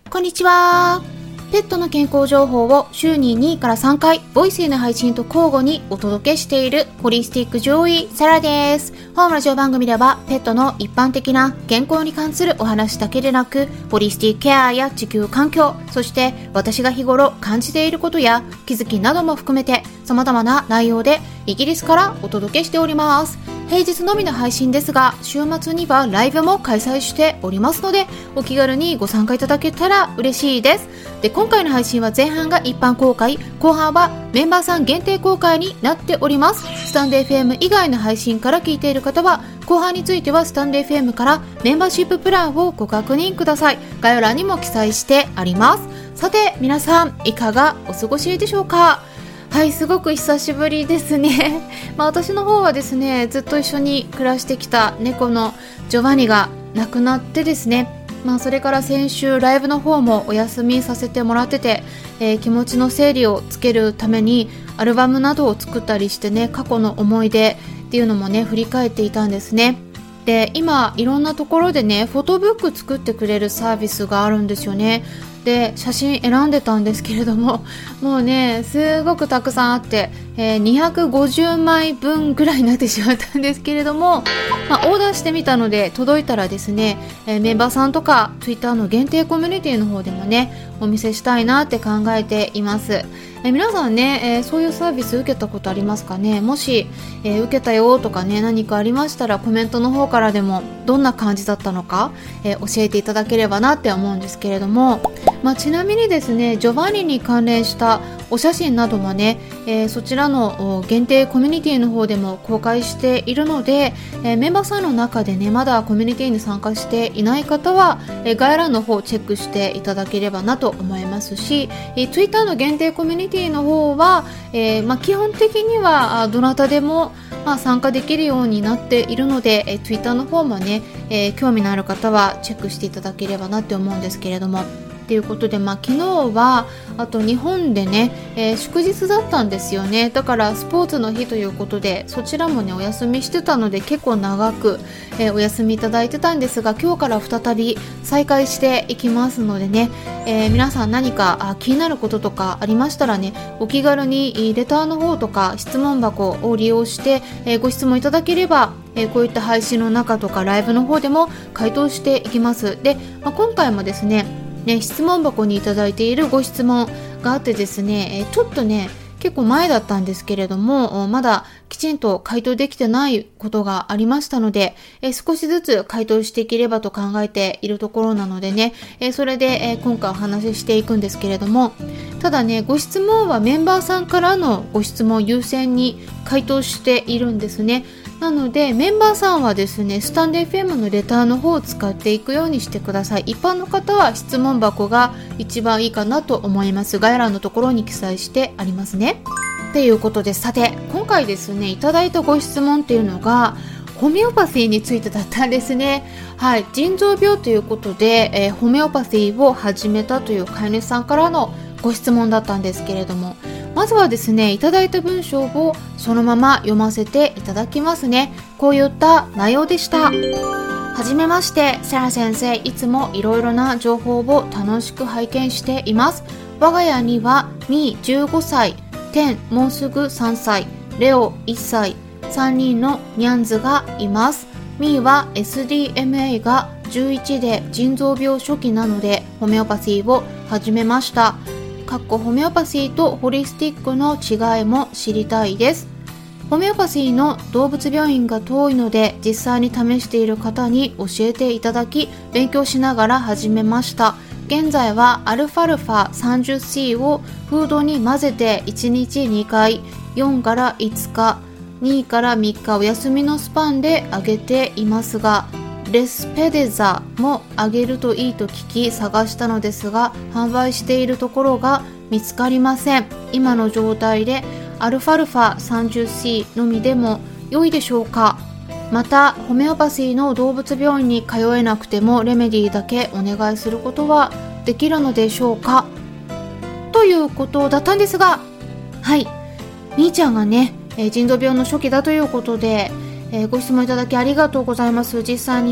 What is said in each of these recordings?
こんにちは。ペットの健康情報を週に2から3回ボイスへの配信と交互にお届けしているホリスティック獣医サラです。本ラジオ番組ではペットの一般的な健康に関するお話だけでなく、ホリスティックケアや地球環境、そして私が日頃感じていることや気づきなども含めて様々な内容でイギリスからお届けしております。平日のみの配信ですが、週末にはライブも開催しておりますので、お気軽にご参加いただけたら嬉しいです。で、今回の配信は前半が一般公開、後半はメンバーさん限定公開になっております。スタンド FM 以外の配信から聞いている方は、後半についてはスタンド FM からメンバーシッププランをご確認ください。概要欄にも記載してあります。さて、皆さんいかがお過ごしでしょうか？はい、すごく久しぶりですね。私の方はですね、ずっと一緒に暮らしてきた猫のジョバニが亡くなってですね、それから先週ライブの方もお休みさせてもらってて、気持ちの整理をつけるためにアルバムなどを作ったりしてね、過去の思い出っていうのもね、振り返っていたんですね。で、今いろんなところでね、フォトブック作ってくれるサービスがあるんですよね。で、写真選んでたんですけれども、もうね、すごくたくさんあって、250枚分ぐらいになってしまったんですけれども、オーダーしてみたので届いたらですね、メンバーさんとか Twitter の限定コミュニティの方でもね、お見せしたいなって考えています。皆さんね、そういうサービス受けたことありますかね？もし、受けたよとかね、何かありましたらコメントの方からでもどんな感じだったのか、教えていただければなって思うんですけれども、ちなみにですね、ジョバンニに関連したお写真などもね、そちらの限定コミュニティの方でも公開しているので、メンバーさんの中でね、まだコミュニティに参加していない方は、概要欄の方をチェックしていただければなと思いますし、Twitter の限定コミュニティの方は、基本的にはどなたでも参加できるようになっているので、Twitter の方もね、興味のある方はチェックしていただければなって思うんですけれども、ということで、昨日はあと日本でね、祝日だったんですよね。だからスポーツの日ということで、そちらもねお休みしてたので結構長く、お休みいただいてたんですが、今日から再び再開していきますのでね、皆さん何か気になることとかありましたらね、お気軽にレターの方とか質問箱を利用して、ご質問いただければ、こういった配信の中とかライブの方でも回答していきます。で、今回もですね、質問箱にいただいているご質問があってですね、ちょっとね結構前だったんですけれども、まだきちんと回答できてないことがありましたので、少しずつ回答していければと考えているところなのでね、それで、今回お話ししていくんですけれども、ただね、ご質問はメンバーさんからのご質問を優先に回答しているんですね。なのでメンバーさんはですね、スタンド FM のレターの方を使っていくようにしてください。一般の方は質問箱が一番いいかなと思います。概要欄のところに記載してありますね。ということで、さて今回ですね、いただいたご質問っていうのがホメオパシーについてだったんですね。はい、腎臓病ということで、ホメオパシーを始めたという飼い主さんからのご質問だったんですけれども、まずはですね、いただいた文章をそのまま読ませていただきますね。こういった内容でした。はじめまして、セラ先生、いつもいろいろな情報を楽しく拝見しています。我が家にはミー15歳、テンもうすぐ3歳、レオ1歳、3人のニャンズがいます。ミーは SDMA が11で腎臓病初期なのでホメオパシーを始めました。ホメオパシーとホリスティックの違いも知りたいです。ホメオパシーの動物病院が遠いので、実際に試している方に教えていただき、勉強しながら始めました。現在はアルファルファ 30C をフードに混ぜて1日2回、4から5日、2から3日お休みのスパンであげていますが、レスペデザもあげるといいと聞き探したのですが、販売しているところが見つかりません。今の状態でアルファルファ 30C のみでも良いでしょうか？またホメオパシーの動物病院に通えなくてもレメディだけお願いすることはできるのでしょうか？ということだったんですが、はい、みーちゃんがね、腎臓病の初期だということで、ご質問いただきありがとうございます。実際にね、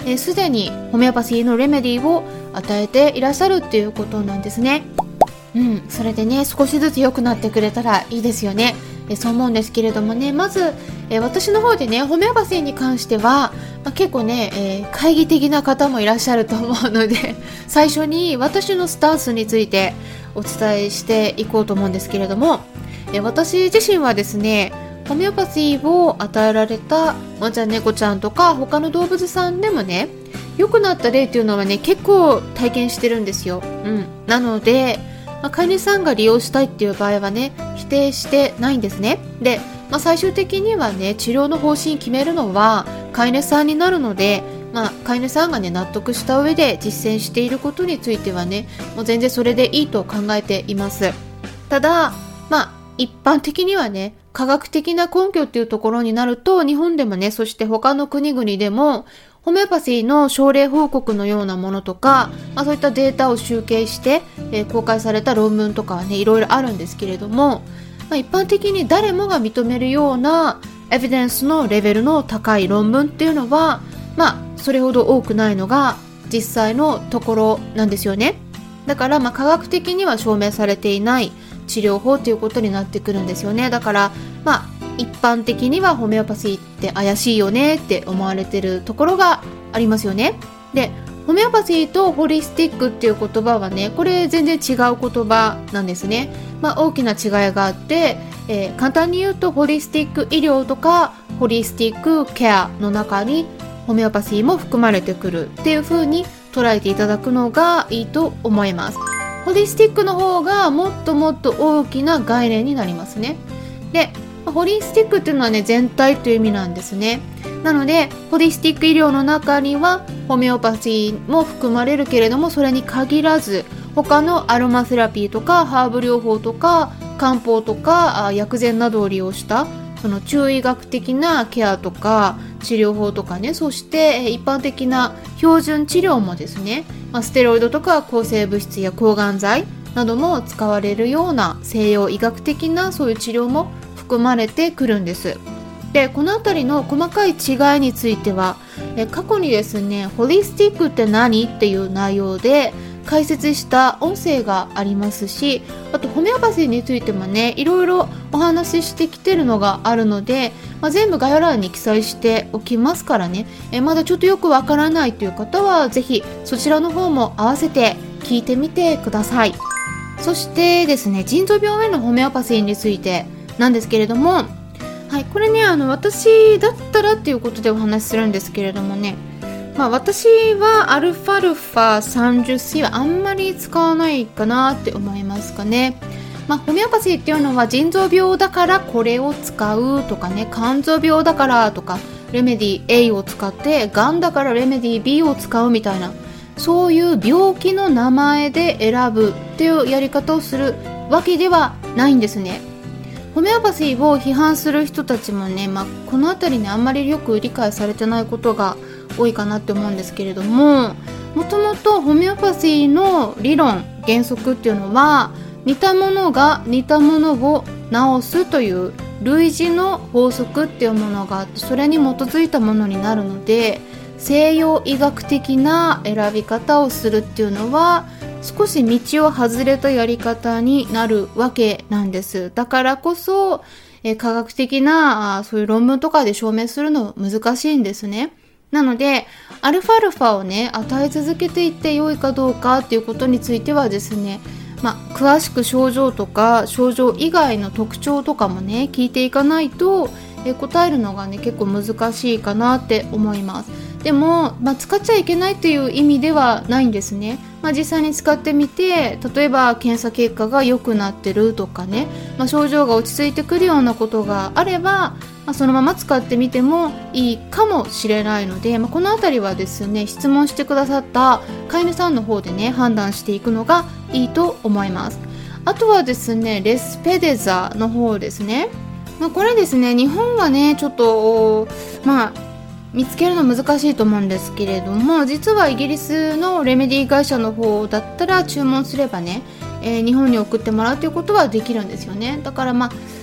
すでにホメオパシーのレメディを与えていらっしゃるっていうことなんですね。それでね、少しずつ良くなってくれたらいいですよね。そう思うんですけれどもね、まず、私の方でね、ホメオパシーに関しては、結構ね、懐疑的な方もいらっしゃると思うので最初に私のスタンスについてお伝えしていこうと思うんですけれども、私自身はですね、ホメオパシーを与えられたワンちゃん猫ちゃんとか他の動物さんでもね、良くなった例っていうのはね、結構体験してるんですよ。なので、飼い主さんが利用したいっていう場合はね、否定してないんですね。で、最終的にはね、治療の方針決めるのは飼い主さんになるので、飼い主さんがね、納得した上で実践していることについてはね、もう全然それでいいと考えています。ただ、一般的にはね、科学的な根拠っていうところになると、日本でもね、そして他の国々でもホメオパシーの症例報告のようなものとか、そういったデータを集計して、公開された論文とかはね、いろいろあるんですけれども、一般的に誰もが認めるようなエビデンスのレベルの高い論文っていうのは、それほど多くないのが実際のところなんですよね。だから、科学的には証明されていない治療法ということになってくるんですよね。だから、一般的にはホメオパシーって怪しいよねって思われてるところがありますよね。で、ホメオパシーとホリスティックっていう言葉はね、これ全然違う言葉なんですね。大きな違いがあって、簡単に言うとホリスティック医療とかホリスティックケアの中にホメオパシーも含まれてくるっていう風に捉えていただくのがいいと思います。ホリスティックの方がもっともっと大きな概念になりますね。で、ホリスティックっていうのはね、全体という意味なんですね。なので、ホリスティック医療の中にはホメオパシーも含まれるけれども、それに限らず他のアロマセラピーとかハーブ療法とか漢方とか薬膳などを利用したその中医学的なケアとか治療法とかね、そして一般的な標準治療もですね、ステロイドとか抗生物質や抗がん剤なども使われるような西洋医学的なそういう治療も含まれてくるんです。で、このあたりの細かい違いについては過去にですね、ホリスティックって何っていう内容で解説した音声がありますし、あとホメオパシーについてもね、いろいろお話ししてきてるのがあるので、全部概要欄に記載しておきますからね、まだちょっとよくわからないという方はぜひそちらの方も合わせて聞いてみてください。そしてですね、腎臓病へのホメオパシーについてなんですけれども、これね、私だったらっていうことでお話しするんですけれどもね、私はアルファルファ 30C はあんまり使わないかなって思いますかね。ホメオパシーっていうのは腎臓病だからこれを使うとかね、肝臓病だからとかレメディ A を使って、がんだからレメディ B を使うみたいな、そういう病気の名前で選ぶっていうやり方をするわけではないんですね。ホメオパシーを批判する人たちもね、このあたりね、あんまりよく理解されてないことが多いかなって思うんですけれども、もともとホメオパシーの理論原則っていうのは、似たものが似たものを治すという類似の法則っていうものがあって、それに基づいたものになるので、西洋医学的な選び方をするっていうのは少し道を外れたやり方になるわけなんです。だからこそ科学的なそういう論文とかで証明するの難しいんですね。なのでアルファルファをね、与え続けていって良いかどうかっていうことについてはですね、詳しく症状とか症状以外の特徴とかもね、聞いていかないと答えるのがね、結構難しいかなって思います。でも、使っちゃいけないという意味ではないんですね。実際に使ってみて、例えば検査結果が良くなってるとかね、症状が落ち着いてくるようなことがあれば、そのまま使ってみてもいいかもしれないので、このあたりはですね、質問してくださった飼い主さんの方でね、判断していくのがいいと思います。あとはですね、レスペデザの方ですね。これですね、日本はね、ちょっと見つけるの難しいと思うんですけれども、実はイギリスのレメディ会社の方だったら注文すればね、日本に送ってもらうということはできるんですよね。だから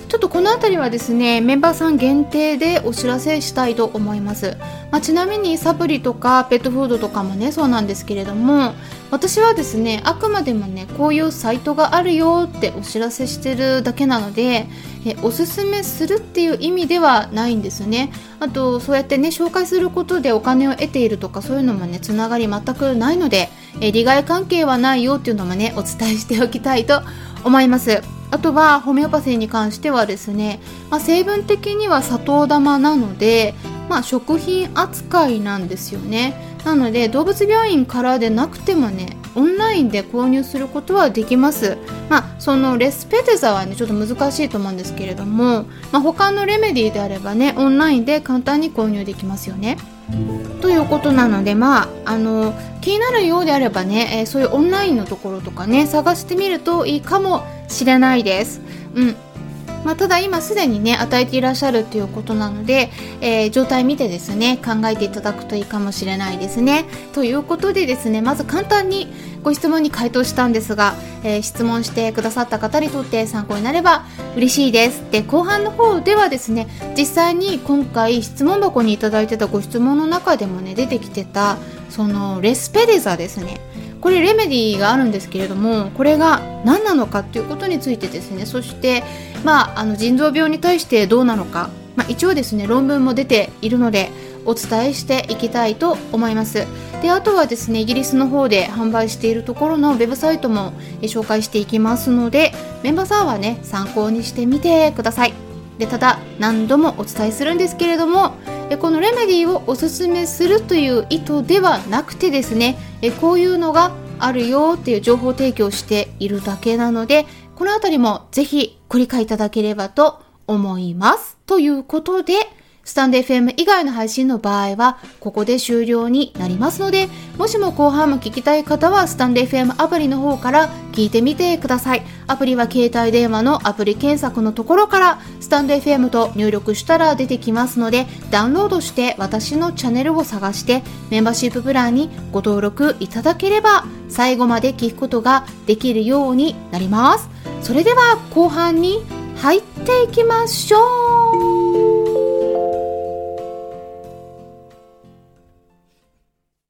ちょっとこのあたりはですね、メンバーさん限定でお知らせしたいと思います。ちなみにサプリとかペットフードとかもね、そうなんですけれども、私はですね、あくまでもね、こういうサイトがあるよってお知らせしてるだけなので、おすすめするっていう意味ではないんですね。あとそうやってね、紹介することでお金を得ているとか、そういうのもね、つながり全くないので、利害関係はないよっていうのもね、お伝えしておきたいと思います。あとはホメオパシーに関してはですね、成分的には砂糖玉なので、食品扱いなんですよね。なので動物病院からでなくてもね、オンラインで購入することはできます。そのレスペデザはね、ちょっと難しいと思うんですけれども、他のレメディであればね、オンラインで簡単に購入できますよね。ということなので、気になるようであればね、そういうオンラインのところとかね、探してみるといいかもしれないです。ただ今すでにね、与えていらっしゃるということなので、状態見てですね、考えていただくといいかもしれないですね。ということでですね、まず簡単にご質問に回答したんですが、質問してくださった方にとって参考になれば嬉しいです。で、後半の方ではですね、実際に今回質問箱にいただいてたご質問の中でもね、出てきてたそのレスペデザですね、これレメディがあるんですけれども、これが何なのかということについてですね、そして腎臓病に対してどうなのか、一応ですね、論文も出ているのでお伝えしていきたいと思います。で、あとはですね、イギリスの方で販売しているところのウェブサイトも紹介していきますので、メンバーさんはね、参考にしてみてください。で、ただ何度もお伝えするんですけれども、このレメディをおすすめするという意図ではなくてですね、こういうのがあるよっていう情報提供をしているだけなので、このあたりもぜひご理解いただければと思います。ということで、スタンド FM 以外の配信の場合はここで終了になりますので、もしも後半も聞きたい方はスタンド FM アプリの方から聞いてみてください。アプリは携帯電話のアプリ検索のところからスタンド FM と入力したら出てきますので、ダウンロードして私のチャンネルを探してメンバーシッププランにご登録いただければ最後まで聞くことができるようになります。それでは後半に入っていきましょう。